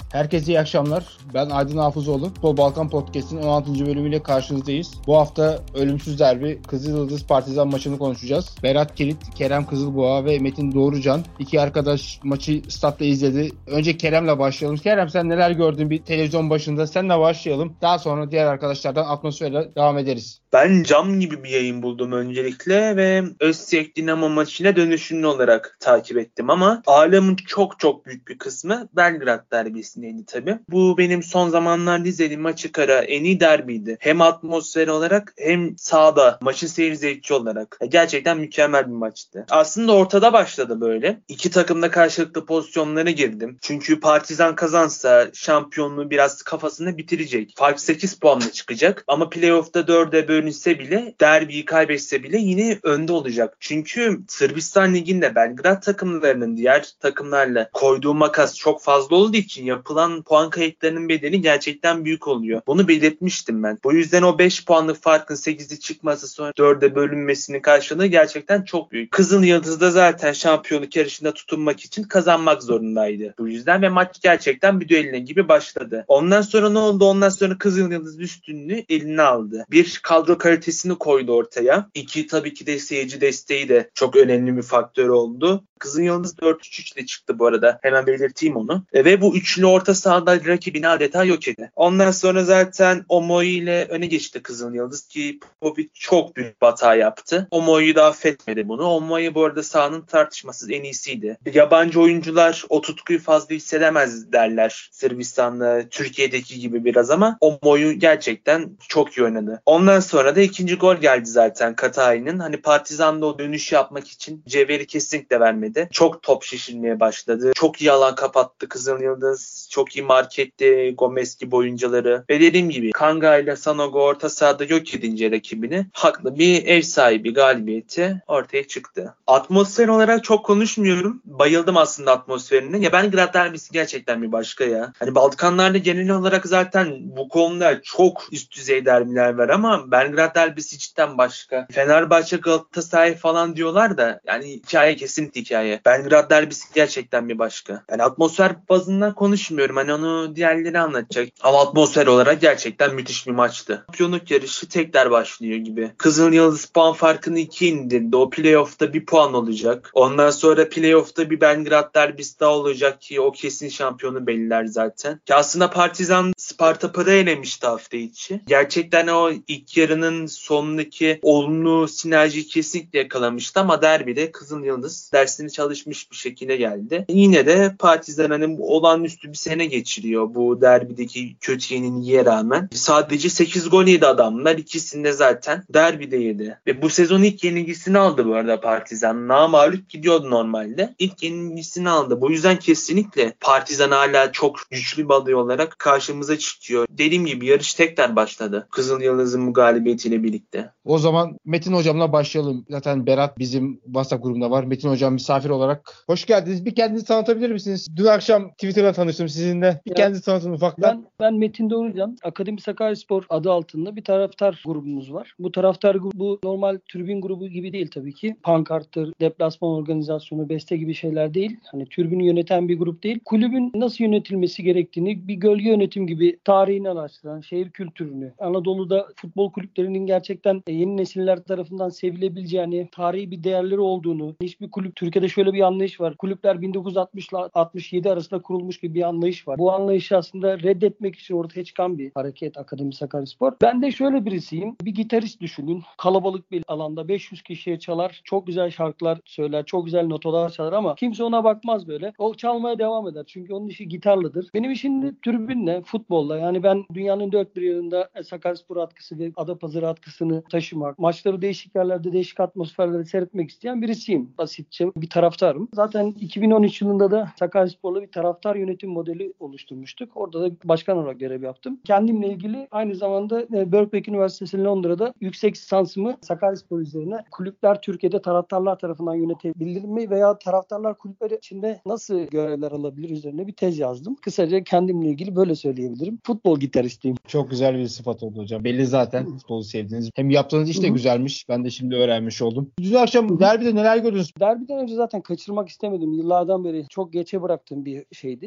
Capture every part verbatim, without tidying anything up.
Herkese iyi akşamlar. Ben Aydın Hafızoğlu. Futbol Balkan Podcast'in on altıncı bölümüyle karşınızdayız. Bu hafta ölümsüz derbi Kızılyıldız Partizan maçını konuşacağız. Berat Kilit, Kerem Kızılboğa ve Metin Doğrucan iki arkadaş maçı statta izledi. Önce Kerem'le başlayalım. Kerem, sen neler gördün bir televizyon başında? Seninle başlayalım. Daha sonra diğer arkadaşlardan atmosferle devam ederiz. Ben cam gibi bir yayın buldum öncelikle ve Öztürk Dinamo maçına dönüşümlü olarak takip ettim ama ağırlığımın çok çok büyük bir kısmı Belgrad derbisindeydi tabii. Bu benim son zamanlarda izlediğim açık ara en iyi derbiydi. Hem atmosfer olarak hem sahada maçın seyir zevki olarak. Gerçekten mükemmel bir maçtı. Aslında ortada başladı böyle. İki takım da karşılıklı pozisyonlara girdim. Çünkü Partizan kazansa şampiyonluğu biraz kafasında bitirecek. Fark sekiz puanla çıkacak ama playoff'ta dörde bölünse bile, derbiyi kaybetse bile yine önde olacak. Çünkü Sırbistan Ligi'nde Belgrad takımlarının diğer takımlarla koyduğu makas çok fazla olduğu için yapılan puan kayıplarının bedeli gerçekten büyük oluyor. Bunu belirtmiştim ben. Bu yüzden o beş puanlık farkın sekize çıkması sonra dörde bölünmesinin karşılığı gerçekten çok büyük. Kızılyıldız da zaten şampiyonluk yarışında tutunmak için kazanmak zorundaydı. Bu yüzden ve maç gerçekten bir düello gibi başladı. Ondan sonra ne oldu? Ondan sonra Kızılyıldız üstünlüğü eline aldı. Bir kadro kalitesini koydu ortaya. İki, tabii ki de seyirci desteği de çok önemli bir faktör oldu. Kızılyıldız dört üç üç ile çıktı bu arada. Hemen belirteyim onu. E, ve bu üçlü orta sahada rakibini adeta yok etti. Ondan sonra zaten Omoy ile öne geçti Kızılyıldız ki Popovic çok büyük bir hata yaptı. Omoy'u da affetmedi bunu. Omoy bu arada sahanın tartışmasız en iyisiydi. Yabancı oyuncular o tutkuyu fazla hissedemez derler Sırbistan'la Türkiye'deki gibi biraz ama Omoy'u gerçekten çok iyi oynadı. Ondan sonra da ikinci gol geldi zaten Katay'ın. Hani Partizan'da o dönüş yapmak için cevheri kesinlikle vermedi. Çok top şişirmeye başladı. Çok iyi alan kapattı Kızılyıldız. Çok iyi mark etti Gomez gibi oyuncuları. Ve dediğim gibi Kanga ile Sanogo orta sahada yok edince rakibini haklı bir ev sahibi galibiyeti ortaya çıktı. Atmosfer olarak çok konuşmuyorum. Bayıldım aslında atmosferine. Ya Belgrad derbisi gerçekten bir başka ya. Hani Balkanlarda genel olarak zaten bu konuda çok üst düzey derbiler var ama Belgrad derbisi cidden başka. Fenerbahçe Galatasaray falan diyorlar da yani hikaye kesinlikle hikaye. Belgrad derbisi gerçekten bir başka. Yani atmosfer bazından konuşmuyorum. Hani onu diğerleri anlatacak. Ama atmosfer olarak gerçekten müthiş bir maçtı. Şampiyonluk yarışı tekrar başlıyor gibi. Kızılyıldız puan farkını ikiye indirdi. O playoff'ta bir puan olacak. Ondan sonra playoff'ta bir Belgrad derbisi daha olacak ki o kesin şampiyonu belirler zaten. Ki aslında Partizan Sparta Prag'ı elemişti hafta içi. Gerçekten o ilk yarının sonundaki olumlu sinerjiyi kesinlikle yakalamıştı ama derbide Kızılyıldız dersini çalışmış bir şekilde geldi. Yine de Partizan hani olağanüstü bir sene geçiriyor bu derbideki kötü yenilgiye rağmen. Sadece sekiz gol yedi adamlar. İkisinde zaten derbide yedi. Ve bu sezon ilk yenilgisini aldı bu arada Partizan. Namağlup gidiyordu normalde. İlk yenilgisini aldı. Bu yüzden kesinlikle Partizan hala çok güçlü bir aday olarak karşımıza çıkıyor. Dediğim gibi yarış tekrar başladı. Kızılyıldız'ın bu galibiyetiyle birlikte. O zaman Metin hocamla başlayalım. Zaten Berat bizim WhatsApp grubunda var. Metin hocam misafir olarak hoş geldiniz. Bir kendinizi tanıtabilir misiniz? Dün akşam Twitter'da tanıştım sizinle. Bir ya, kendinizi tanıtın ufaktan. Ben, ben Metin Doğrucan. Akademi Sakaryaspor adı altında bir taraftar grubumuz var. Bu taraftar grubu normal tribün grubu gibi değil tabii ki. Pankarttır, deplasman organizasyonu, beste gibi şeyler değil. Hani tribünü yöneten bir grup değil. Kulübün nasıl yönetilmesi gerektiğini bir gölge yönetim gibi tarihini araştıran, şehir kültürünü, Anadolu'da futbol kulüplerinin gerçekten yeni nesiller tarafından sevilebileceğini, tarihi bir değerleri olduğunu, hiçbir kulüp, Türkiye'de şöyle bir anlayış var. Kulüpler bin dokuz yüz altmış ile altmış yedi arasında kurulmuş gibi bir anlayış var. Bu anlayışı aslında reddetmek için ortaya çıkan bir hareket Akademi Sakaryaspor. Ben de şöyle birisiyim. Bir gitarist düşünün. Kalabalık bir alanda beş yüz kişiye çalar. Çok güzel şarkılar söyler. Çok güzel notalar çalar ama kimse ona bakmaz böyle. O çalmaya devam eder. Çünkü onun işi gitarlıdır. Benim işim de tribünle, futbolla. Yani ben dünyanın dört bir yanında Sakaryaspor atkısı ve Adapazarı atkısını taşımak, maçları değişik yerlerde, değişik atmosferlerde seyretmek isteyen birisiyim. Basitçe bir taraftarım. Zaten iki bin on üç yılında da Sakaryaspor'la bir taraftar yönetim modeli oluşturmuştuk. Orada da başkan olarak görev yaptım. Kendimle ilgili aynı zamanda Birkbeck Üniversitesi Londra'da yüksek lisansımı Sakaryaspor üzerine kulüpler Türkiye'de taraftarlar tarafından yönetebilir mi veya taraftarlar kulüpleri içinde nasıl görevler alabilir üzerine bir tez yazdım. Kısaca kendimle ilgili böyle söyleyebilirim. Futbol gitaristiyim. Çok güzel bir sıfat oldu hocam. Belli zaten futbolu sevdiğiniz. Hem yaptığınız iş de güzelmiş. Ben de şimdi öğrenmiş oldum. Dün akşam derbide neler gördünüz? Derbiden önce zaten kaçırmak istemedim. Yıllardan beri çok geçe bıraktığım bir şeydi. Ama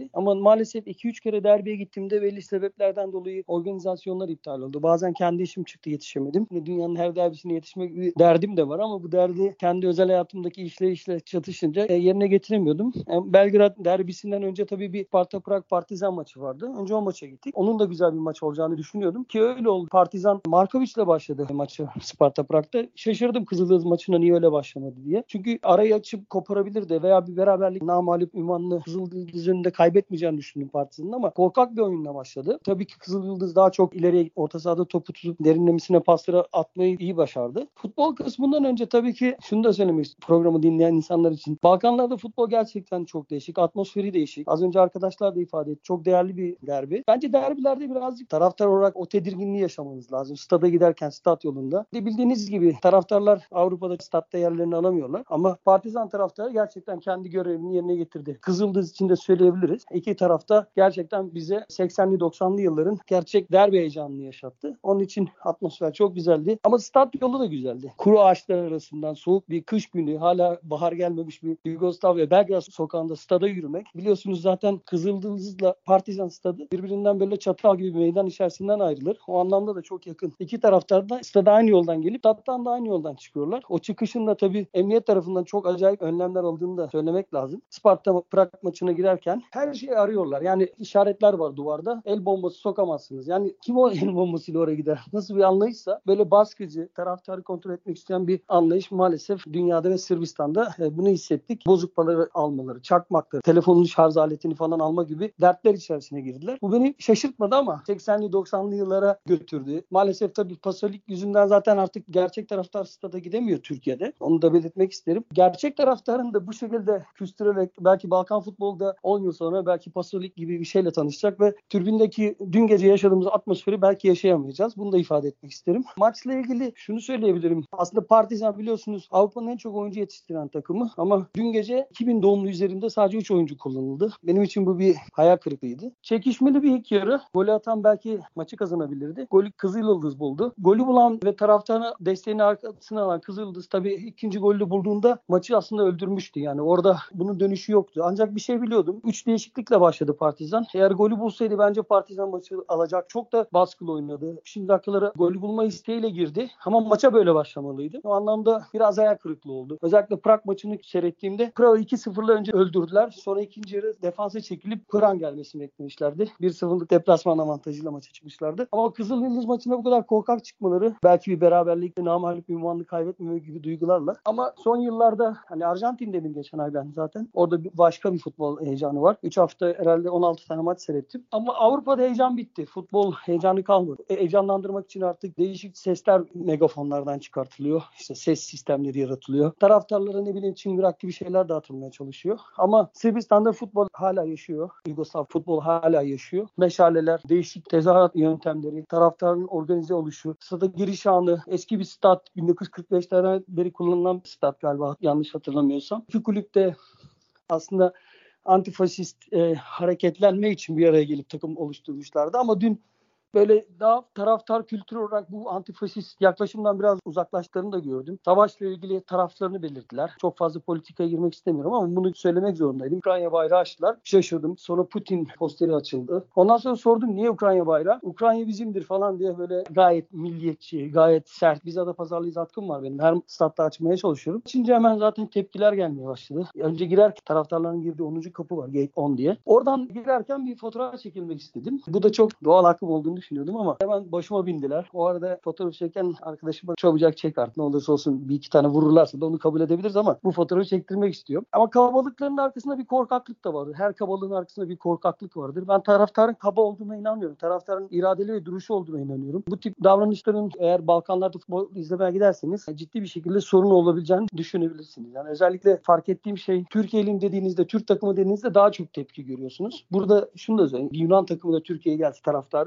maalesef iki üç kere derbiye gittiğimde belli sebeplerden dolayı organizasyonlar iptal oldu. Bazen kendi işim çıktı, yetişemedim. Dünyanın her derbisine yetişmek bir derdim de var ama bu derdi kendi özel hayatımdaki işleyişle çatışınca e, yerine getiremiyordum. Yani Belgrad derbisinden önce tabii bir Sparta Prag Partizan maçı vardı. Önce o maça gittik. Onun da güzel bir maç olacağını düşünüyordum ki öyle oldu. Partizan Markovic'le başladı maçı Sparta Prag'da. Şaşırdım Kızıldız maçına niye öyle başlamadı diye. Çünkü arayı açıp koparabilirdi veya bir beraberlik namağlup ünvanlı Kızıldız önünde kaybetmeyeceğini düşündüm Partizan'ın ama korkak bir oyunla başladı. Tabii ki Kızıldız daha çok ileriye orta sahada topu tutup derinlemesine pasları atmayı iyi başardı. Futbol kısmından önce tabii ki şunu da söylemek istiyorum programı dinleyen insanlar için. Balkanlarda futbol gerçekten çok değişik. Atmosferi değişik. Az önce arkadaşlar da ifade etti. Çok değerli bir derbi. Bence derbilerde birazcık taraftar olarak o tedirginliği yaşamanız lazım. Stada giderken stat yolunda. De bildiğiniz gibi taraftarlar Avrupa'da statta yerlerini alamıyorlar. Ama Partizan taraftarı gerçekten kendi görevini yerine getirdi. Kızıldız için de söyleyebiliriz. İki tarafta gerçekten bize seksenli doksanlı yılların gerçek derbi heyecanını yaşattı. Onun için atmosfer çok güzeldi. Ama stat yolu da güzeldi. Kuru ağaçlar arasından soğuk bir kış günü, hala bahar gelmemiş bir Yugoslavya Belgrad sokağında stada yürümek. Biliyorsunuz zaten Kızıldız'la Partizan stadı birbirinden böyle çatal gibi bir meydan içerisinden ayrılır. O anlamda da çok yakın. İki taraftar da stada aynı yoldan gelip stat'tan da aynı yoldan çıkıyorlar. O çıkışın da tabii emniyet tarafından çok acayip önlemler aldığını da söylemek lazım. Sparta Prag maçına girerken her şeyi arıyorlar. Yani işaretler var duvarda. El bombası sokamazsınız. Yani kim o el bombasıyla oraya gider? Nasıl bir anlayışsa böyle baskıcı, taraftarı kontrol etmek isteyen bir anlayış maalesef dünyada ve Sırbistan'da e, bunu hissettik. Bozuk paraları almaları, çakmakları, telefonun şarj aletini falan alma gibi dertler içerisine girdiler. Bu beni şaşırtmadı ama seksenli doksanlı yıllara götürdü. Maalesef tabii Pasolik yüzünden zaten artık gerçek taraftar stada gidemiyor Türkiye'de. Onu da belirtmek isterim. Gerçek taraftarın da bu şekilde küstürerek belki Balkan futbolda on yıl sonra belki Pasolik gibi bir şeyle tanışacak ve tribündeki dün gece yaşadığımız atmosferi belki yaşayamayacağız. Bunu da ifade etmek isterim. Maçla ilgili şunu söyleyebilirim. Aslında Partizan biliyorsunuz Avrupa'nın en çok oyuncu yetiştiren takımı ama dün gece iki bin doğumlu üzerinde sadece üç oyuncu kullanıldı. Benim için bu bir hayal kırıklığıydı. Çekişmeli bir ilk yarı. Golü atan belki maçı kazanabilirdi. Golü Kızılyıldız buldu. Golü bulan ve taraftarına desteğini arkasına alan Kızılyıldız tabii ikinci golü bulduğunda maçı aslında öldürmüştü. Yani orada bunun dönüşü yoktu. Ancak bir şey biliyordum. üç değişiklikle başladı Partizan. Eğer golü bulsaydı bence Partizan maçı alacak. Çok da baskılı oynadı. Şimdi dakikalara golü bulma isteğiyle girdi. Ama maça böyle başlamalıydı. O anlamda biraz hayal kırıklığı oldu. Özellikle Prag maçını seyrettiğimde Prag'ı iki sıfırla önce öldürdüler. Sonra ikinci yarı defansa çekilip Prag'ın gelmesini beklemişlerdi. bir sıfırlık deplasman avantajıyla maça çıkmışlardı. Ama Kızılyıldız maçında bu kadar korkak çıkmaları belki bir beraberlikle namağlup ünvanını kaybetmeme gibi duygularla. Ama son yıllarda hani Arjantin dedim geçen ay ben zaten. Orada bir başka bir futbol heyecanı var. üç hafta herhalde on altı tane maç seyrettim. Ama Avrupa'da heyecan bitti. Futbol heyecanı kalmadı. E, heyecanlandırmak için artık değişik sesler megafonlardan çıkartılıyor. İşte ses sistemleri yaratılıyor. Taraftarlara ne bileyim çıngırak gibi şeyler dağıtılmaya çalışıyor. Ama Sırbistan'da futbol hala yaşıyor. Yugoslav futbol hala yaşıyor. Meşaleler, değişik tezahürat yöntemleri, taraftarın organize oluşu, stada giriş anı, eski bir stat, bin dokuz yüz kırk beşlerden beri kullanılan bir stat galiba yanlış hatırlamıyorsam. İki kulüpte aslında antifaşist e, hareketlenme için bir araya gelip takım oluşturmuşlardı ama dün böyle daha taraftar kültürü olarak bu antifaşist yaklaşımdan biraz uzaklaştıklarını da gördüm. Savaşla ilgili taraflarını belirttiler. Çok fazla politikaya girmek istemiyorum ama bunu söylemek zorundaydım. Ukrayna bayrağı açtılar. Şaşırdım. Sonra Putin posteri açıldı. Ondan sonra sordum niye Ukrayna bayrağı? Ukrayna bizimdir falan diye böyle gayet milliyetçi, gayet sert. Biz Adapazarlıyız hakkım var benim. Her statta açmaya çalışıyorum. Şimdi hemen zaten tepkiler gelmeye başladı. Önce girerken taraftarların girdiği onuncu kapı var. Gate on diye. Oradan girerken bir fotoğraf çekilmek istedim. Bu da çok doğal hakkım olduğunu düşünüyordum ama hemen başıma bindiler. O arada fotoğraf çeken arkadaşıma çabucak çek artık ne olursa olsun bir iki tane vururlarsa da onu kabul edebiliriz ama bu fotoğrafı çektirmek istiyorum. Ama kabalıkların arkasında bir korkaklık da vardır. Her kabalığın arkasında bir korkaklık vardır. Ben taraftarın kaba olduğuna inanmıyorum. Taraftarın iradeli ve duruşu olduğuna inanıyorum. Bu tip davranışların eğer Balkanlarda futbol izlemeye giderseniz ciddi bir şekilde sorun olabileceğini düşünebilirsiniz. Yani özellikle fark ettiğim şey Türkiye'liyim dediğinizde, Türk takımı dediğinizde daha çok tepki görüyorsunuz. Burada şunu da söyleyeyim. Bir Yunan takımı da Türkiye'ye gelse taraftarı belki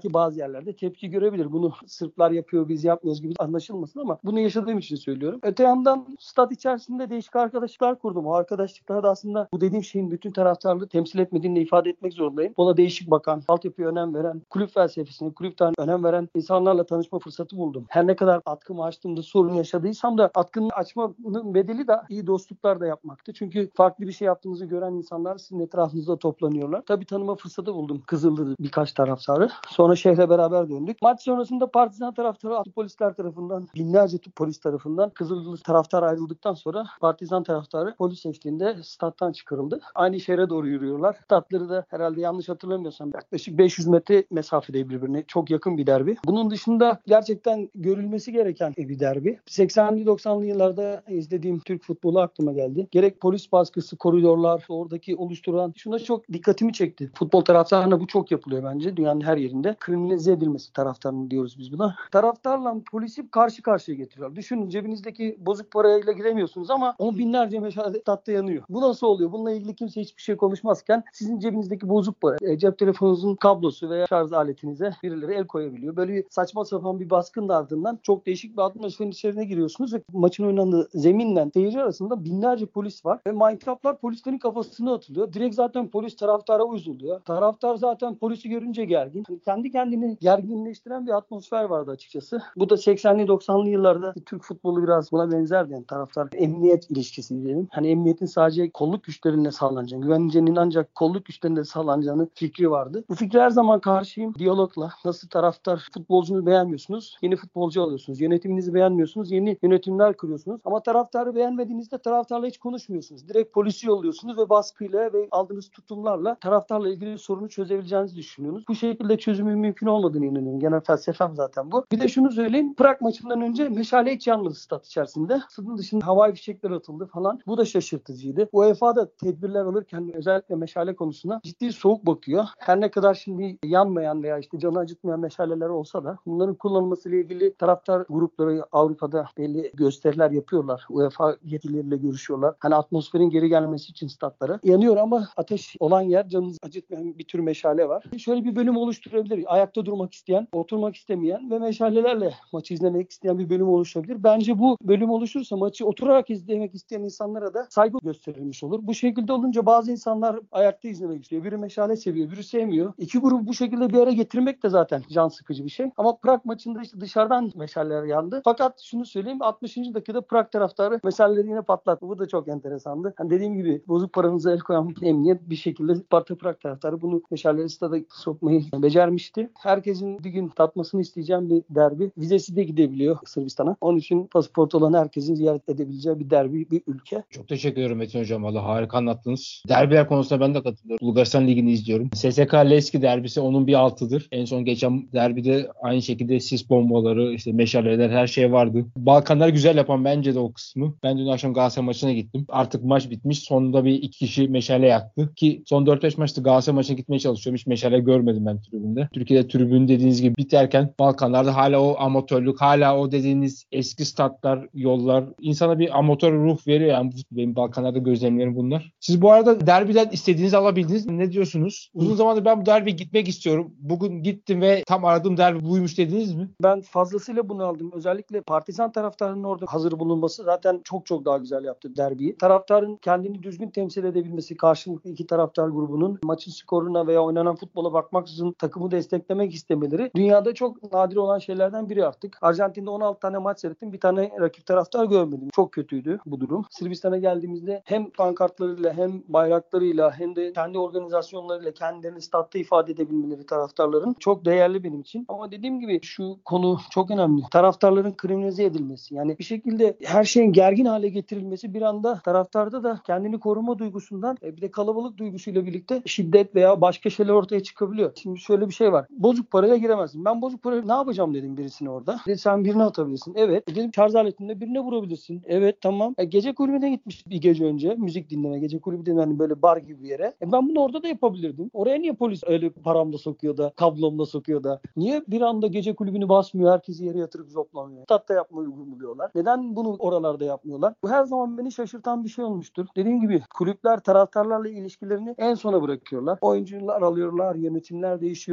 belki bazı yerlerde tepki görebilir. Bunu Sırplar yapıyor, biz yapmıyoruz gibi anlaşılmasın ama bunu yaşadığım için söylüyorum. Öte yandan stat içerisinde değişik arkadaşlıklar kurdum. O arkadaşlıklar da aslında bu dediğim şeyin bütün taraftarlığı temsil etmediğini ifade etmek zorundayım. Buna değişik bakan, altyapıya önem veren, kulüp felsefesine, kulüp tarihine önem veren insanlarla tanışma fırsatı buldum. Her ne kadar atkımı açtığımda sorun yaşadıysam da atkının açmanın bedeli de iyi dostluklar da yapmaktı. Çünkü farklı bir şey yaptığınızı gören insanlar sizin etrafınızda toplanıyorlar. Tabii tanıma fırsatı buldum Kızıl'da birkaç taraftarı. Sonra şehre beraber döndük. Maç sonrasında Partizan taraftarı, polisler tarafından, binlerce polis tarafından Kızıl'lı taraftar ayrıldıktan sonra Partizan taraftarı polis eşliğinde stat'tan çıkarıldı. Aynı şehre doğru yürüyorlar. Statları da herhalde yanlış hatırlamıyorsam yaklaşık beş yüz metre mesafede birbirine. Çok yakın bir derbi. Bunun dışında gerçekten görülmesi gereken bir derbi. seksenli doksanlı yıllarda izlediğim Türk futbolu aklıma geldi. Gerek polis baskısı, koridorlar, oradaki oluşturan şuna çok dikkatimi çekti. Futbol taraftarına bu çok yapılıyor bence. Dünyanın her yerinde. Kriminalize edilmesi taraftarını diyoruz biz buna. Taraftarla polisi karşı karşıya getiriyorlar. Düşünün, cebinizdeki bozuk parayla giremiyorsunuz ama on binlerce meşale statta yanıyor. Bu nasıl oluyor? Bununla ilgili kimse hiçbir şey konuşmazken sizin cebinizdeki bozuk para, e, cep telefonunuzun kablosu veya şarj aletinize birileri el koyabiliyor. Böyle bir saçma sapan bir baskının ardından çok değişik bir atmosferin içerisine giriyorsunuz ve maçın oynandığı zeminle seyirci arasında binlerce polis var ve maytaplar polislerin kafasına atılıyor. Direkt zaten polis taraftara uyuzuluyor. Taraftar zaten polisi görünce gergin. Yani kendi kendini gerginleştiren bir atmosfer vardı açıkçası. Bu da seksenli doksanlı yıllarda Türk futbolu biraz buna benzerdi. Yani taraftar emniyet ilişkisi diyelim. Hani emniyetin sadece kolluk güçleriyle sağlanacağını, güvencenin ancak kolluk güçlerinde sağlanacağını fikri vardı. Bu fikre her zaman karşıyım. Diyalogla, nasıl taraftar futbolcunuzu beğenmiyorsunuz, yeni futbolcu alıyorsunuz. Yönetiminizi beğenmiyorsunuz, yeni yönetimler kuruyorsunuz. Ama taraftarı beğenmediğinizde taraftarla hiç konuşmuyorsunuz. Direkt polisi yolluyorsunuz ve baskıyla ve aldığınız tutumlarla taraftarla ilgili sorunu çözebileceğinizi düşünüyorsunuz. Bu şekilde çözümün mümkün olmadığını inanıyorum. Genel felsefem zaten bu. Bir de şunu söyleyeyim. Prag maçından önce meşale hiç yanmadı stat içerisinde. Stadın dışında havai fişekler atıldı falan. Bu da şaşırtıcıydı. UEFA da tedbirler alırken özellikle meşale konusuna ciddi soğuk bakıyor. Her ne kadar şimdi yanmayan veya işte canı acıtmayan meşaleler olsa da bunların kullanılmasıyla ilgili taraftar grupları Avrupa'da belli gösteriler yapıyorlar. UEFA yetkilileriyle görüşüyorlar. Hani atmosferin geri gelmesi için statlara. Yanıyor ama ateş olan yer canınızı acıtmayan bir tür meşale var. Şöyle bir bölüm oluşturabilir. Ayakta durmak isteyen, oturmak istemeyen ve meşalelerle maçı izlemek isteyen bir bölüm oluşabilir. Bence bu bölüm oluşursa maçı oturarak izlemek isteyen insanlara da saygı gösterilmiş olur. Bu şekilde olunca bazı insanlar ayakta izlemek istiyor. Biri meşale seviyor, biri sevmiyor. İki grubu bu şekilde bir araya getirmek de zaten can sıkıcı bir şey. Ama Prag maçında işte dışarıdan meşaleler yandı. Fakat şunu söyleyeyim, altmışıncı dakikada Prag taraftarı meşaleleri yine patlattı. Bu da çok enteresandı. Yani dediğim gibi bozuk paranıza el koyan emniyet bir şekilde Sparta Prag taraftarı bunu meşaleleri stada sokmayı becermişti. Herkesin bir gün tatmasını isteyeceğim bir derbi. Vizesi de gidebiliyor Sırbistan'a. Onun için pasaport olan herkesin ziyaret edebileceği bir derbi, bir ülke. Çok teşekkür ederim Metin Hocam. Valla harika anlattınız. Derbiler konusunda ben de katılıyorum. Bulgaristan Ligi'ni izliyorum. S S K Levski derbisi onun bir altıdır. En son geçen derbide aynı şekilde sis bombaları, işte meşaleler, her şey vardı. Balkanlar güzel yapan bence de o kısmı. Ben dün akşam Galatasaray maçına gittim. Artık maç bitmiş. Sonunda bir iki kişi meşale yaktı. Ki son dört beş maçta Galatasaray maçına gitmeye çalışıyorum. Hiç meşale görmedim ben tribünde. Türkiye'de tribün dediğiniz gibi biterken Balkanlarda hala o amatörlük, hala o dediğiniz eski statlar, yollar insana bir amatör ruh veriyor. Yani benim Balkanlarda gözlemlerim bunlar. Siz bu arada derbiden istediğinizi alabildiniz. Ne diyorsunuz? Uzun zamandır ben bu derbiye gitmek istiyorum. Bugün gittim ve tam aradığım derbi buymuş dediniz mi? Ben fazlasıyla bunu aldım. Özellikle Partizan taraftarının orada hazır bulunması zaten çok çok daha güzel yaptı derbiyi. Taraftarın kendini düzgün temsil edebilmesi, karşılıklı iki taraftar grubunun maçın skoruna veya oynanan futbola bakmaksızın takımı desteklemek istemeleri dünyada çok nadir olan şeylerden biri artık. Arjantin'de on altı tane maç seyrettim. Bir tane rakip taraftar görmedim. Çok kötüydü bu durum. Sırbistan'a geldiğimizde hem pankartlarıyla hem bayraklarıyla hem de kendi organizasyonlarıyla kendilerini statta ifade edebilmeleri taraftarların çok değerli benim için. Ama dediğim gibi şu konu çok önemli. Taraftarların kriminalize edilmesi. Yani bir şekilde her şeyin gergin hale getirilmesi bir anda taraftarda da kendini koruma duygusundan bir de kalabalık duygusuyla birlikte şiddet veya başka şeyler ortaya çıkabiliyor. Şimdi şöyle bir şey var. Bozuk parayla giremezsin. Ben bozuk parayla ne yapacağım dedim birisine orada. Dedi sen birine atabilirsin. Evet. E dedim şarj aletinde birine vurabilirsin. Evet tamam. E, gece kulübüne gitmiş bir gece önce. Müzik dinleme. Gece kulübü denen hani böyle bar gibi bir yere. E, ben bunu orada da yapabilirdim. Oraya niye polis öyle paramla sokuyor da kablomla sokuyor da? Niye bir anda gece kulübünü basmıyor? Herkesi yere yatırıp zoplamıyor. Statta yapmayı uygun buluyorlar. Neden bunu oralarda yapmıyorlar? Bu her zaman beni şaşırtan bir şey olmuştur. Dediğim gibi kulüpler taraftarlarla ilişkilerini en sona bırakıyorlar. Oyuncular alıyorlar, yönetimler değişiyor, hocalar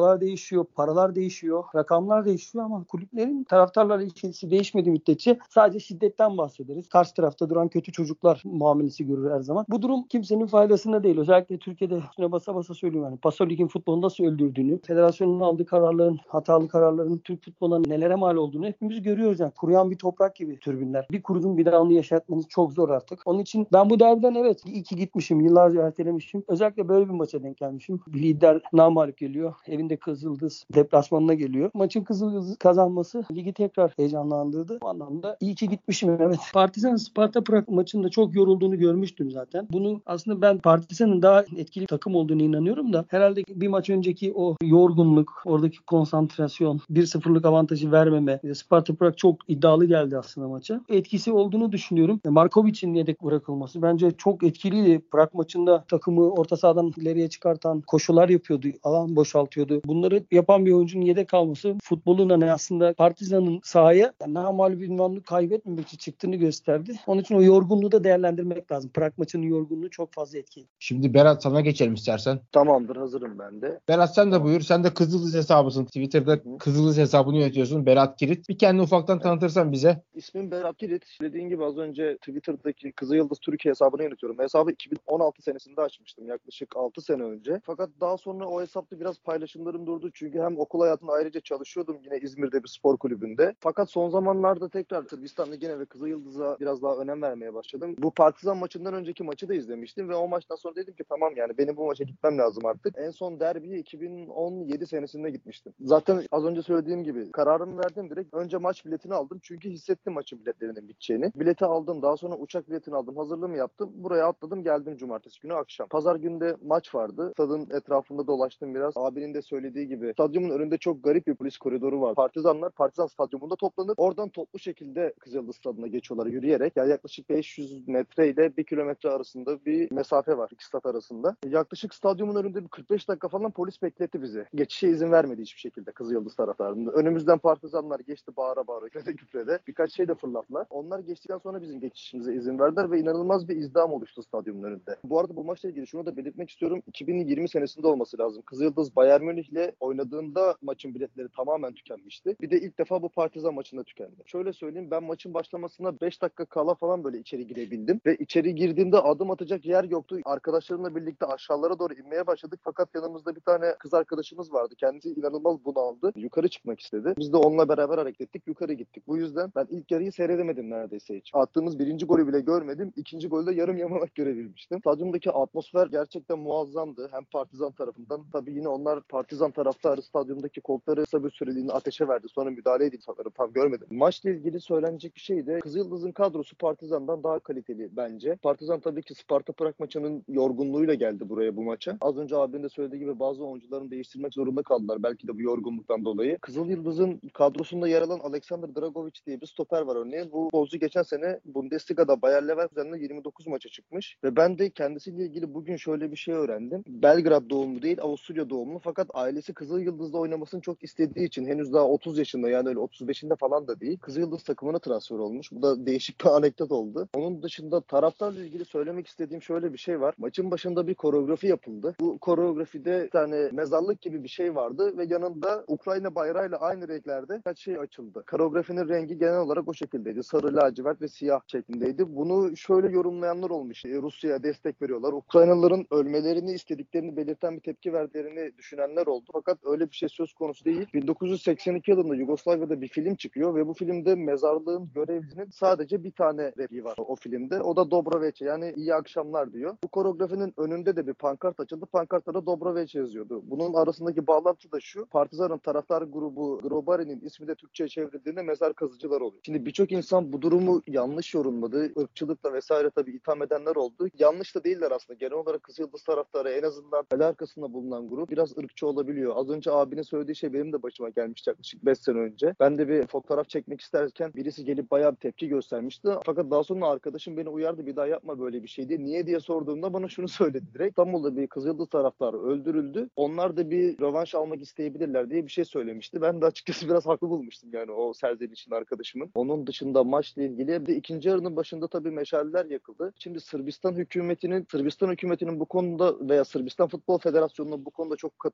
kurallar değişiyor, paralar değişiyor, rakamlar değişiyor ama kulüplerin taraftarlarla ilişkisi değişmediği müddetçe sadece şiddetten bahsederiz. Karşı tarafta duran kötü çocuklar muamelesi görür her zaman. Bu durum kimsenin faydasına değil. Özellikle Türkiye'de üstüne basa basa söylüyorum. Yani Paso Lig'in futbolunu nasıl öldürdüğünü, federasyonun aldığı kararların, hatalı kararların Türk futboluna nelere mal olduğunu hepimiz görüyoruz. Yani kuruyan bir toprak gibi tribünler. Bir kurudun bir daha onu yaşatmanız çok zor artık. Onun için ben bu derbiden evet iyi ki gitmişim. Yıllarca ertelemişim. Özellikle böyle bir maça denk gelmişim. Bir lider namağlup geliyor. Evinde Kızıldız deplasmanına geliyor. Maçın Kızıldız kazanması ligi tekrar heyecanlandırdı. Bu anlamda iyi ki gitmişim evet. Partizan Sparta Prag maçında çok yorulduğunu görmüştüm zaten. Bunu aslında ben Partizan'ın daha etkili takım olduğunu inanıyorum da herhalde bir maç önceki o yorgunluk, oradaki konsantrasyon, bir sıfırlık avantajı vermeme. Sparta Prag çok iddialı geldi aslında maça. Etkisi olduğunu düşünüyorum. Markovic'in yedek bırakılması bence çok etkiliydi. Prag maçında takımı orta sahadan ileriye çıkartan koşular yapıyordu. Alan boşaltıyordu. Bunları yapan bir oyuncunun yedek kalması futbolun hani aslında Partizan'ın sahaya namağlup ünvanını kaybetmemek için çıktığını gösterdi. Onun için o yorgunluğu da değerlendirmek lazım. Prag maçının yorgunluğu çok fazla etkili. Şimdi Berat sana geçelim istersen. Tamamdır, hazırım ben de. Berat sen de Tamam. buyur. Sen de Kızıldız hesabısın. Twitter'da Hı hı. Kızıldız hesabını yönetiyorsun. Berat Kilit. Bir kendini ufaktan Evet. tanıtırsan bize. İsmim Berat Kilit. Dediğin gibi az önce Twitter'daki Kızılyıldız Türkiye hesabını yönetiyorum. Hesabı iki bin on altı senesinde açmıştım. Yaklaşık altı sene önce. Fakat daha sonra o hesapta biraz paylaşımlarım durdu. Çünkü hem okul hayatında ayrıca çalışıyordum yine İzmir'de bir spor kulübünde. Fakat son zamanlarda tekrar Sırbistan Ligi'ne ve Kızılyıldız'a biraz daha önem vermeye başladım. Bu Partizan maçından önceki maçı da izlemiştim ve o maçtan sonra dedim ki tamam yani benim bu maça gitmem lazım artık. En son derbiye iki bin on yedi senesinde gitmiştim. Zaten az önce söylediğim gibi kararımı verdim direkt. Önce maç biletini aldım çünkü hissettim maçın biletlerinin biteceğini. Bileti aldım, daha sonra uçak biletini aldım, hazırlığımı yaptım. Buraya atladım, geldim cumartesi günü akşam. Pazar günü de maç vardı. Stadın etrafında dolaştım biraz. Abinin de söylediği gibi stadyumun önünde çok garip bir polis koridoru var. Partizanlar Partizan stadyumunda toplanır. Oradan toplu şekilde Kızılyıldız stadına geçiyorlar yürüyerek. Yani yaklaşık beş yüz metre ile bir kilometre arasında bir mesafe var iki stat arasında. Yaklaşık stadyumun önünde bir kırk beş dakika falan polis bekletti bizi. Geçişe izin vermedi hiçbir şekilde Kızılyıldız taraftarında. Önümüzden Partizanlar geçti bağıra bağıra küfrede küfrede. Birkaç şey de fırlattılar. Onlar geçtikten sonra bizim geçişimize izin verdiler ve inanılmaz bir izdiham oluştu stadyumun önünde. Bu arada bu maçla ilgili şunu da belirtmek istiyorum. iki bin yirmi senesinde olması lazım. Kızılyıldız Bayern Münih'le oynadığında maçın biletleri tamamen tükenmişti. Bir de ilk defa bu Partizan maçında tükendi. Şöyle söyleyeyim, ben maçın başlamasına beş dakika kala falan böyle içeri girebildim ve içeri girdiğimde adım atacak yer yoktu. Arkadaşlarımla birlikte aşağılara doğru inmeye başladık fakat yanımızda bir tane kız arkadaşımız vardı. Kendisi inanılmaz bunaldı. Yukarı çıkmak istedi. Biz de onunla beraber hareket ettik. Yukarı gittik. Bu yüzden ben ilk yarıyı seyredemedim neredeyse hiç. Attığımız birinci golü bile görmedim. İkinci golde yarım yamalak görebilmiştim. Stadyumdaki atmosfer gerçekten muazzamdı. Hem Partizan tarafından. Tabii yine onlar Partizan taraftarı stadyumdaki koltukları kısa bir süreliğine ateşe verdi. Sonra müdahale edildi sanırım. Tam görmedim. Maçla ilgili söylenecek bir şey de Kızılyıldız'ın kadrosu Partizan'dan daha kaliteli bence. Partizan tabii ki Sparta Prag maçının yorgunluğuyla geldi buraya bu maça. Az önce abinin de söylediği gibi bazı oyuncularını değiştirmek zorunda kaldılar. Belki de bu yorgunluktan dolayı. Kızılyıldız'ın kadrosunda yer alan Alexander Dragovic diye bir stoper var örneğin. Bu futbolcu geçen sene Bundesliga'da Bayer Leverkusen'le yirmi dokuz maça çıkmış. Ve ben de kendisiyle ilgili bugün şöyle bir şey öğrendim. Belgrad doğumlu değil, Avusturya doğumlu fakat ailesi Kızılyıldız'da oynamasını çok istediği için henüz daha otuz yaşında yani öyle otuz beşinde falan da değil. Kızılyıldız takımına transfer olmuş. Bu da değişik bir anekdot oldu. Onun dışında taraftarla ilgili söylemek istediğim şöyle bir şey var. Maçın başında bir koreografi yapıldı. Bu koreografide bir tane mezarlık gibi bir şey vardı ve yanında Ukrayna bayrağıyla aynı renklerde kaç şey açıldı. Koreografinin rengi genel olarak o şekildeydi. Sarı, lacivert ve siyah şeklindeydi. Bunu şöyle yorumlayanlar olmuş. Rusya'ya destek veriyorlar. Ukraynalıların ölmelerini istediklerini belirten bir tepki verdiğini düşünenler oldu. Fakat öyle bir şey söz konusu değil. bin dokuz yüz seksen iki yılında Yugoslavya'da bir film çıkıyor ve bu filmde mezarlığın görevlisinin sadece bir tane repliği var o filmde. O da Dobroveçe yani iyi akşamlar diyor. Bu koreografinin önünde de bir pankart açıldı. Pankartta da Dobroveçe yazıyordu. Bunun arasındaki bağlantı da şu. Partizan'ın taraftar grubu Grobari'nin ismi de Türkçe'ye çevrildiğinde mezar kazıcılar oluyor. Şimdi birçok insan bu durumu yanlış yorumladı. Irkçılıkla vesaire tabii itham edenler oldu. Yanlış da değiller aslında. Genel olarak Kızılyıldız taraftarı en azından kale arkasında bulunan grup biraz ırkçı olabiliyor. Az önce abinin söylediği şey benim de başıma gelmişti yaklaşık beş sene önce. Ben de bir fotoğraf çekmek isterken birisi gelip bayağı bir tepki göstermişti. Fakat daha sonra arkadaşım beni uyardı, bir daha yapma böyle bir şey diye. Niye diye sorduğumda bana şunu söyledi direkt. İstanbul'da bir Kızılyıldız taraftarı öldürüldü. Onlar da bir rövanş almak isteyebilirler diye bir şey söylemişti. Ben de açıkçası biraz haklı bulmuştum yani o serzenişin arkadaşımın. Onun dışında maçla ilgili bir de ikinci yarının başında tabii meşaleler yakıldı. Şimdi Sırbistan hükümetinin Sırbistan hükümetinin bu konuda veya Sırbistan Futbol Federasyonu'nun bu konuda çok katı kuralları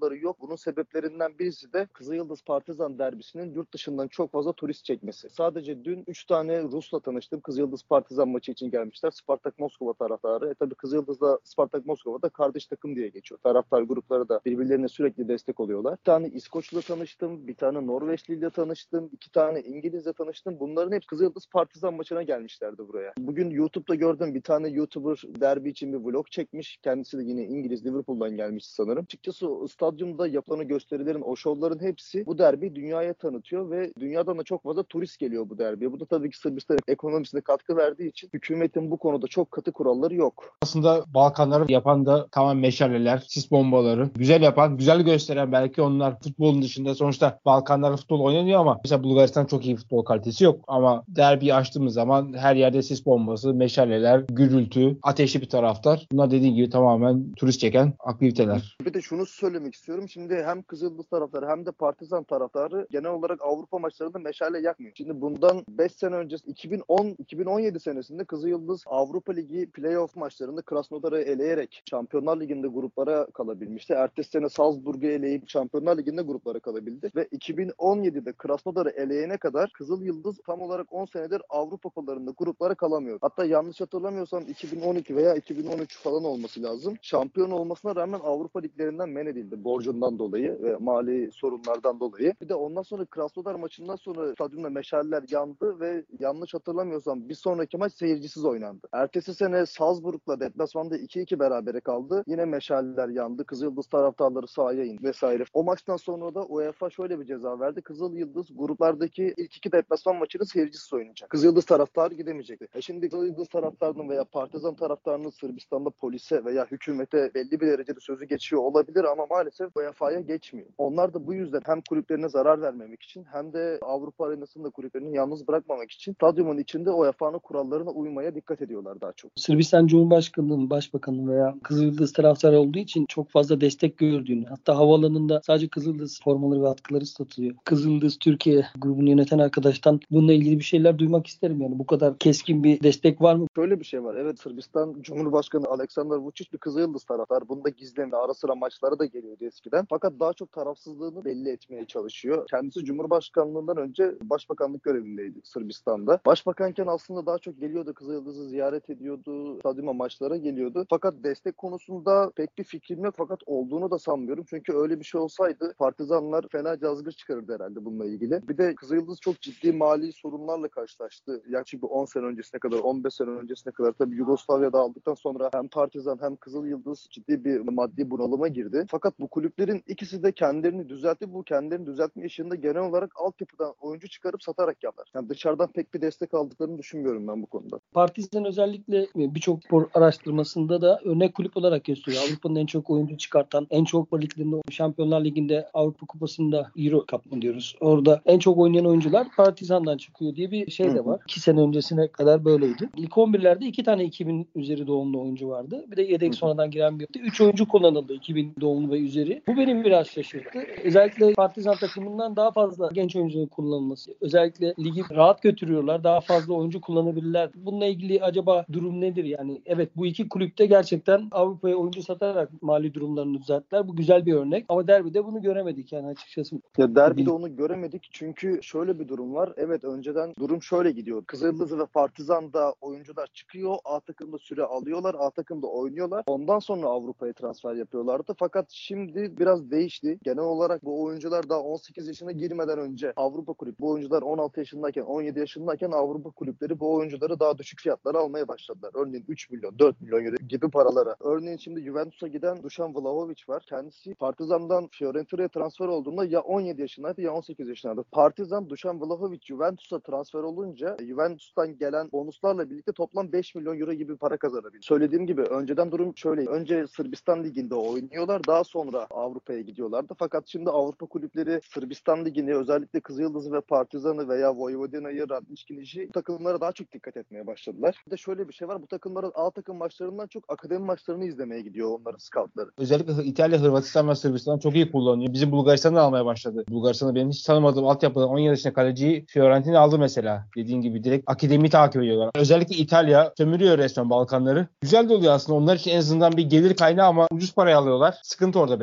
futbolları yok. Bunun sebeplerinden birisi de Kızılyıldız Partizan derbisinin yurt dışından çok fazla turist çekmesi. Sadece dün üç tane Rus'la tanıştım. Kızılyıldız Partizan maçı için gelmişler. Spartak Moskova taraftarı. E tabi Kızılyıldız'la Spartak Moskova'da kardeş takım diye geçiyor. Taraftar grupları da birbirlerine sürekli destek oluyorlar. Bir tane İskoç'la tanıştım. Bir tane Norveçli'yle tanıştım. iki tane İngiliz'le tanıştım. Bunların hep Kızılyıldız Partizan maçına gelmişlerdi buraya. Bugün YouTube'da gördüm, bir tane YouTuber derbi için bir vlog çekmiş. Kendisi de yine İngiliz, Liverpool'dan gelmiş sanırım. Açıkçası o stadyumda yapılan gösterilerin, o şovların hepsi bu derbi dünyaya tanıtıyor ve dünyadan da çok fazla turist geliyor bu derbiye. Bu da tabii ki Sırbistan ekonomisine katkı verdiği için hükümetin bu konuda çok katı kuralları yok. Aslında Balkanları yapan da tamamen meşaleler, sis bombaları. Güzel yapan, güzel gösteren belki onlar futbolun dışında. Sonuçta Balkanlarda futbol oynanıyor ama mesela Bulgaristan çok iyi futbol kalitesi yok. Ama derbiyi açtığımız zaman her yerde sis bombası, meşaleler, gürültü, ateşli bir taraftar. Bunlar dediğin gibi tamamen turist çeken aktiviteler. Bir de şunu söylemek istiyorum. Şimdi hem Kızıldız taraftarı hem de Partizan taraftarı genel olarak Avrupa maçlarında meşale yakmıyor. Şimdi bundan beş sene öncesi iki bin on iki bin on yedi senesinde Kızılyıldız Avrupa Ligi playoff maçlarında Krasnodar'ı eleyerek Şampiyonlar Ligi'nde gruplara kalabilmişti. Ertesi sene Salzburg'u eleyip Şampiyonlar Ligi'nde gruplara kalabildi. Ve iki bin on yedide Krasnodar'ı eleyene kadar Kızılyıldız tam olarak on senedir Avrupa kupalarında gruplara kalamıyor. Hatta yanlış hatırlamıyorsam iki bin on iki veya iki bin on üç falan olması lazım. Şampiyon olmasına rağmen Avrupa liglerinden men edildi borcundan dolayı ve mali sorunlardan dolayı. Bir de ondan sonra Krasnodar maçından sonra stadyumda meşaleler yandı ve yanlış hatırlamıyorsam bir sonraki maç seyircisiz oynandı. Ertesi sene Salzburg'la deplasmanda iki iki berabere kaldı. Yine meşaleler yandı. Kızılyıldız taraftarları sahaya indi vesaire. O maçtan sonra da UEFA şöyle bir ceza verdi. Kızılyıldız gruplardaki ilk iki deplasman maçını seyircisiz oynayacak. Kızılyıldız taraftarı gidemeyecekti. E şimdi Kızılyıldız taraftarının veya Partizan taraftarının Sırbistan'da polise veya hükümete belli bir derecede sözü geçiyor olabilir ama maalesef U E F A'ya geçmiyor. Onlar da bu yüzden hem kulüplerine zarar vermemek için hem de Avrupa arenasında kulüplerini yalnız bırakmamak için stadyumun içinde U E F A'nın kurallarına uymaya dikkat ediyorlar daha çok. Sırbistan Cumhurbaşkanı'nın, Başbakanı veya Kızılyıldız taraftarı olduğu için çok fazla destek gördüğünü, hatta havaalanında sadece Kızılyıldız formaları ve atkıları satılıyor. Kızılyıldız Türkiye grubunu yöneten arkadaştan bununla ilgili bir şeyler duymak isterim yani. Bu kadar keskin bir destek var mı? Şöyle bir şey var. Evet, Sırbistan Cumhurbaşkanı Aleksandar Vučić bir Kızılyıldız taraftar. Bunu da gizlemiyor. Ara sıra maçlara da geliyordu eskiden. Fakat daha çok tarafsızlığını belli etmeye çalışıyor. Kendisi Cumhurbaşkanlığından önce başbakanlık görevindeydi Sırbistan'da. Başbakanken aslında daha çok geliyordu, Kızılyıldız'ı ziyaret ediyordu, stadyuma maçlara geliyordu. Fakat destek konusunda pek bir fikrim yok. Fakat olduğunu da sanmıyorum. Çünkü öyle bir şey olsaydı partizanlar fena cazgır çıkarırdı herhalde bununla ilgili. Bir de Kızılyıldız çok ciddi mali sorunlarla karşılaştı. Yaklaşık bir on sene öncesine kadar, on beş sene öncesine kadar tabii Yugoslavya'da aldıktan sonra hem Partizan hem Kızılyıldız ciddi bir maddi bunalıma girdi. Fakat bu kulüplerin ikisi de kendilerini düzeltti. Bu kendilerini düzeltme işinde genel olarak altyapıdan oyuncu çıkarıp satarak yaptılar. Yani dışarıdan pek bir destek aldıklarını düşünmüyorum ben bu konuda. Partizan özellikle birçok spor araştırmasında da örnek kulüp olarak gösteriyor. Avrupa'nın en çok oyuncu çıkartan, en çok liglerinde, Şampiyonlar Ligi'nde, Avrupa Kupası'nda Euro Cup mı diyoruz? Orada en çok oynayan oyuncular Partizan'dan çıkıyor diye bir şey de var. iki sene öncesine kadar böyleydi. İlk on birlerde iki tane iki bin üzeri doğumlu oyuncu vardı. Bir de yedek sonradan giren bir. üç oyuncu kullanıldı iki bin doğumlu ve üzeri. Bu benim biraz şaşırttı. Özellikle Partizan takımından daha fazla genç oyuncunun kullanılması. Özellikle ligi rahat götürüyorlar. Daha fazla oyuncu kullanabilirler. Bununla ilgili acaba durum nedir? Yani evet, bu iki kulüpte gerçekten Avrupa'ya oyuncu satarak mali durumlarını düzelttiler. Bu güzel bir örnek. Ama derbide bunu göremedik yani açıkçası. Ya derbide onu göremedik çünkü şöyle bir durum var. Evet, önceden durum şöyle gidiyor. Kızılyıldız ve Partizan'da oyuncular çıkıyor. A takımda süre alıyorlar. A takımda oynuyorlar. Ondan sonra Avrupa'ya transfer yapıyorlardı. Fakat şimdi biraz değişti. Genel olarak bu oyuncular daha on sekiz yaşına girmeden önce Avrupa kulübü, bu oyuncular on altı yaşındayken, on yedi yaşındayken Avrupa kulüpleri bu oyuncuları daha düşük fiyatlara almaya başladılar. Örneğin üç milyon, dört milyon euro gibi paralara. Örneğin şimdi Juventus'a giden Dušan Vlahović var. Kendisi Partizan'dan Fiorentina'ya transfer olduğunda ya on yedi yaşındaydı ya on sekiz yaşındaydı. Partizan Dušan Vlahović Juventus'a transfer olunca Juventus'tan gelen bonuslarla birlikte toplam beş milyon euro gibi para kazanabildi. Söylediğim gibi önceden durum şöyle. Önce Sırbistan Ligi'nde oynuyorlar. Daha sonra Avrupa'ya gidiyorlardı. Fakat şimdi Avrupa kulüpleri Sırbistan Ligi'ni, özellikle Kızılyıldız'ı ve Partizan'ı veya Vojvodina'yı, Radnički takımlara daha çok dikkat etmeye başladılar. Bir de şöyle bir şey var. Bu takımların A takım maçlarından çok akademi maçlarını izlemeye gidiyor onların scoutları. Özellikle İtalya, Hırvatistan ve Sırbistan çok iyi kullanıyor. Bizim Bulgaristan'ı almaya başladı. Bulgaristan'da benim hiç tanımadığım altyapıdan on yaşında kaleciyi Fiorentina aldı mesela. Dediğin gibi direkt akademi takip ediyorlar. Özellikle İtalya sömürüyor resmen Balkanları. Güzel de oluyor aslında. Onlar için en azından bir gelir kaynağı ama ucuz paraya alıyorlar. Sıkıntı orada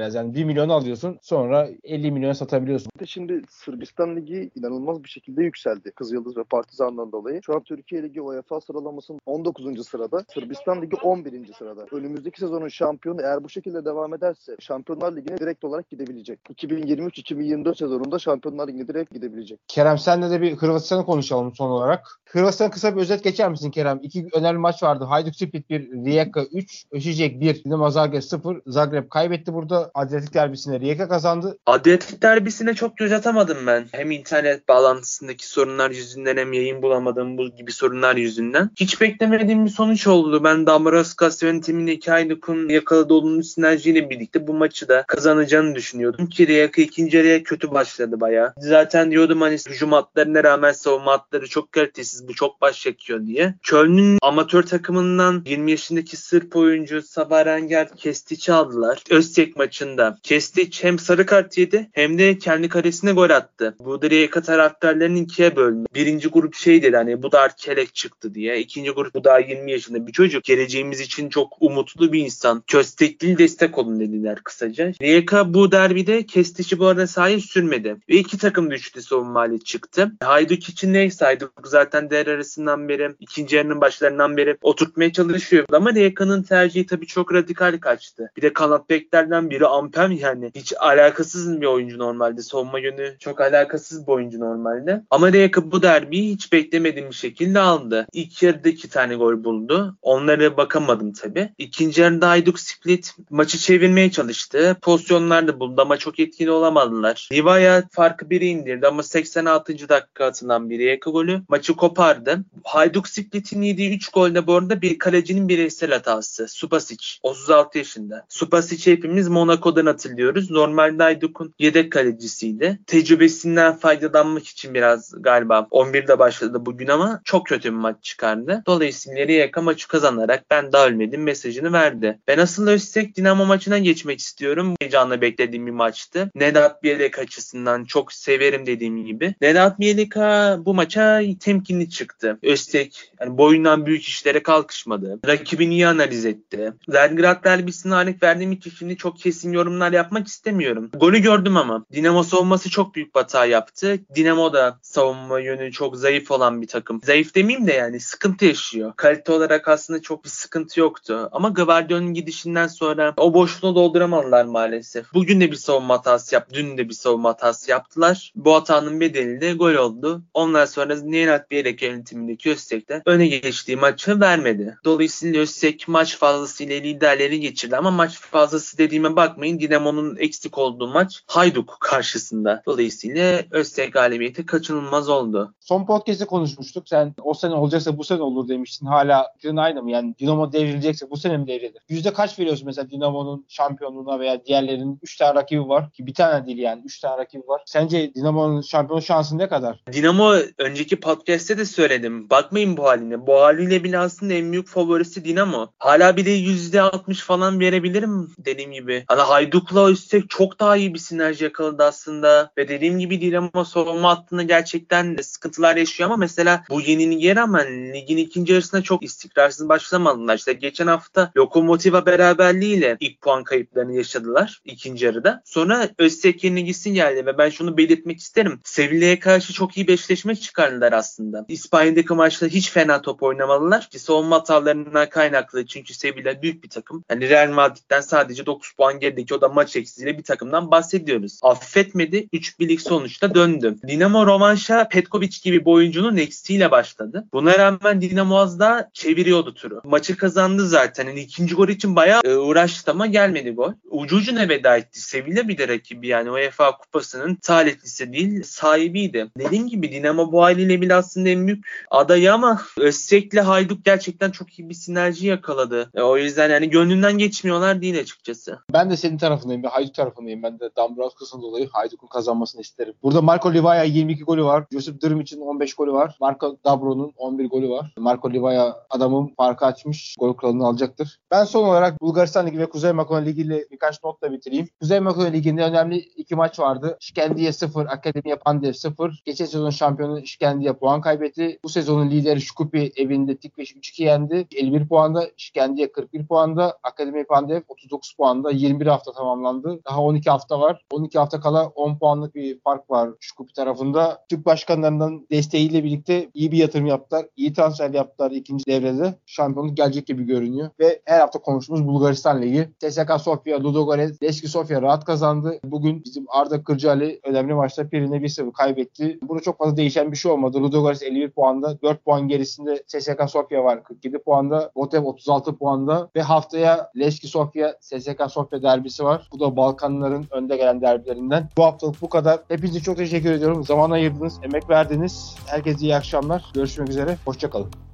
biraz. Yani bir milyon alıyorsun, sonra elli milyon satabiliyorsun. Şimdi Sırbistan Ligi inanılmaz bir şekilde yükseldi. Kızılyıldız ve Partizan'dan dolayı. Şu an Türkiye Ligi UEFA sıralamasının on dokuzuncu sırada. Sırbistan Ligi on birinci sırada. Önümüzdeki sezonun şampiyonu eğer bu şekilde devam ederse Şampiyonlar Ligi'ne direkt olarak gidebilecek. iki bin yirmi üç iki bin yirmi dört sezonunda Şampiyonlar Ligi'ne direkt gidebilecek. Kerem, senle de bir Hırvatistan'ı konuşalım son olarak. Hırvatistan kısa bir özet geçer misin Kerem? İki önemli maç vardı. Hajduk Split bir, Rijeka üç, Osijek bir, Dinamo Zagreb sıfır. Zagreb kaybetti burada. Adriatik derbisinde Rijeka kazandı. Adriatik derbisine çok göz atamadım ben. Hem internet bağlantısındaki sorunlar yüzünden hem yayın bulamadım bu gibi sorunlar yüzünden. Hiç beklemediğim bir sonuç oldu. Ben Dambrovskis yönetimindeki Hajduk'un yakaladığı olumlu sinerjiyle birlikte bu maçı da kazanacağını düşünüyordum ki Rijeka ikinci yarıya kötü başladı bayağı. Zaten diyordum hani hücum hatlarına rağmen savunma hatları çok kalitesiz, bu çok baş çekiyor diye. Köln'ün amatör takımından yirmi yaşındaki Sırp oyuncu Savarenger Kestic'i aldılar. Öztek maçında Kestic hem sarı kart yedi hem de kendi kalesine gol attı. Bu da Rijeka taraftarlarının ikiye bölündü. Birinci grup şey dedi hani bu da kelek çıktı diye. İkinci grup bu daha yirmi yaşında bir çocuk. Geleceğimiz için çok umutlu bir insan. Köstekli destek olun dediler kısaca. Rijeka bu derbide Kestic'i bu arada sahaya sürmedi. Ve iki takım düştü savunma hali çıktı. Hajduk için neyse Hajduk zaten devre arasından beri, ikinci yarının başlarından beri oturtmaya çalışıyor. Ama Rijeka'nın tercihi tabii çok radikal kaçtı. Bir de kanat beklerden biri Ampem, yani hiç alakasız bir oyuncu normalde. Savunma yönü çok alakasız bir oyuncu normalde. Ama Rijeka bu derbiyi hiç beklemediğim bir şekilde aldı. İlk yarıda iki tane gol buldu. Onlara bakamadım tabii. İkinci yarıda Hajduk Split maçı çevirmeye çalıştı. Pozisyonlar da buldu ama çok etkili olamadılar. Livaya farkı biri indirdi ama seksen altıncı dakika atılan bir Rijeka golü maçı kopardı. Hajduk Split'in yediği üç golde bu arada bir kalecinin bireysel hatası. Subasic. otuz altı yaşında. Subasic'i hepimiz Monaco'dan hatırlıyoruz. Normalde Hajduk'un yedek kalecisiydi. Tecrübesinden faydalanmak için biraz galiba on birde başladı bugün ama çok kötü bir maç çıkardı. Dolayısıyla Rijeka maçı kazanarak ben daha ölmedim mesajını verdi. Ben asıl Öztek Dinamo maçına geçmek istiyorum. Heyecanla beklediğim bir maçtı. Nedat Bielek açısından çok severim dediğim gibi. Nedat Bieleka bu maça temkinli çıktı. Öztek yani boyundan büyük işlere kalkışmadı. Rakibini iyi analiz etti. Belgrad derbisine örnek verdiğim için şimdi çok kesin yorumlar yapmak istemiyorum. Golü gördüm ama Dinamo savunması çok büyük hata yaptı. Dinamo da savunma yönü çok zayıf olan bir takım. Zayıf demeyeyim de yani sıkıntı yaşıyor. Kalite olarak aslında çok bir sıkıntı yoktu. Ama Gvardiola'nın gidişinden sonra o boşluğu dolduramadılar maalesef. Bugün de bir savunma hatası yaptı. Dün de bir savunma hatası yaptılar. Bu hatanın bedeli de gol oldu. Ondan sonra Nedat Bielek yönetimindeki Öztek de öne geçtiği maçı vermedi. Dolayısıyla Öztek maç fazlasıyla liderleri geçirdi ama maç fazlası dediğime bakmayın. Dinamo'nun eksik olduğu maç Hajduk karşısında. Dolayısıyla Öztek galibiyeti kaçınılmaz oldu. Son podcast'te konuşmuştuk. Sen o sene olacaksa bu sene olur demiştin. Hala fikrin aynı mı? Yani Dinamo devrilecekse bu sene mi devrilir? Yüzde kaç veriyorsun mesela Dinamo'nun şampiyonluğuna veya diğerlerinin üç tane rakibi var ki bir tane değil yani üç tane rakibi var. Sence Dinamo'nun şampiyonluk şansı ne kadar? Dinamo önceki podcast'te de söyledim. Bakmayın bu haline. Bu haliyle bile aslında en büyük favorisi Dinamo. Hala bir de yüzde altmış falan verebilirim dediğim gibi. Hani Hajduk'la Öztek çok daha iyi bir sinerji yakaladı aslında. Ve dediğim gibi Dinamo savunma hattında gerçekten sıkıntılar yaşıyor ama mesela bu yenilgiye rağmen ligin ikinci yarısında çok istikrarsız başlamadılar. İşte geçen hafta Lokomotiva beraberliğiyle ilk puan kayıplarını yaşadılar ikinci yarıda. Sonra Öztek yenilgisi geldi ve ben şunu belirtmek isterim. Sevilla'ya karşı çok iyi bir eşleşme çıkardılar aslında. İspanya'daki maçta hiç fena top oynamadılar ki savunma hatalarından kaynaklı çünkü Sevilla büyük bir takım. Yani Real Madrid'den sadece dokuz puan gerideki o da maç eksiğiyle bir takımdan bahsediyoruz. Affetmedi. üç birlik sonuçta döndü. Dinamo rövanşa Petkovic gibi bir oyuncunun eksiğiyle başladı. Buna rağmen Dinamo az daha çeviriyordu turu. Maçı kazandı zaten. Yani ikinci gol için bayağı e, uğraştı ama gelmedi gol. Ucu ucuna veda etti. Sevilla bir de rakibi yani UEFA Kupası'nın talihlisi değil sahibiydi. Dediğim gibi Dinamo bu haliyle bile aslında en büyük adayı ama Öztek'le Hajduk gerçekten çok iyi bir sinerji yakaladı. E, o yüzden yani gönlünden geçmiyorlar değil açıkçası. Ben de senin tarafındayım. Ben Hajduk tarafındayım. Ben de Dambrovskis'in dolayı Hajduk'un kazanmasını isterim. Burada Marco Livaya yirmi iki golü var. Josip Drmic'in on beş golü var. Marco Dabro'nun on bir golü var. Marco Livaya adamın farkı açmış. Gol kralını alacaktır. Ben son olarak Bulgaristan Ligi ve Kuzey Makedonya Ligi ile birkaç notla bitireyim. Kuzey Makedonya Ligi'nde önemli iki maç vardı. Şkendiye sıfır, Akademiya Pandev sıfır. Geçen sezon şampiyonu Şkendiye puan kaybetti. Bu sezonun lideri Şkupi evinde Tikveş üç iki yendi. elli bir puanda. Şkendiye kırk bir puanda. Akademiya Pandev otuz dokuz puanda. yirmi bir hafta tamamlandı. Daha on iki hafta var. on iki hafta kala on puanlık bir fark var Şkupi tarafında. Türk başkanlarından desteğiyle birlikte iyi bir yatırım yaptılar. İyi transfer yaptılar ikinci devrede. Şampiyonluk gelecek gibi görünüyor. Ve her hafta konuştuğumuz Bulgaristan Ligi. C S K A Sofia, Ludogorets, Levski Sofia rahat kazandı. Bugün bizim Arda Kırcaali önemli maçta Pirin'e bir sıfır kaybetti. Burada çok fazla değişen bir şey olmadı. Ludogorets elli bir puanda, dört puan gerisinde C S K A Sofia var kırk yedi puanda. Botev otuz altı puanda ve haftaya Levski Sofia, C S K A Sofia derbisi var. Bu da Balkanların önde gelen derbilerinden. Bu haftalık bu kadar. Hepinize çok teşekkür ediyorum. Zaman ayırdınız, emek verdiniz. Herkese iyi akşamlar. Görüşmek üzere. Hoşça kalın.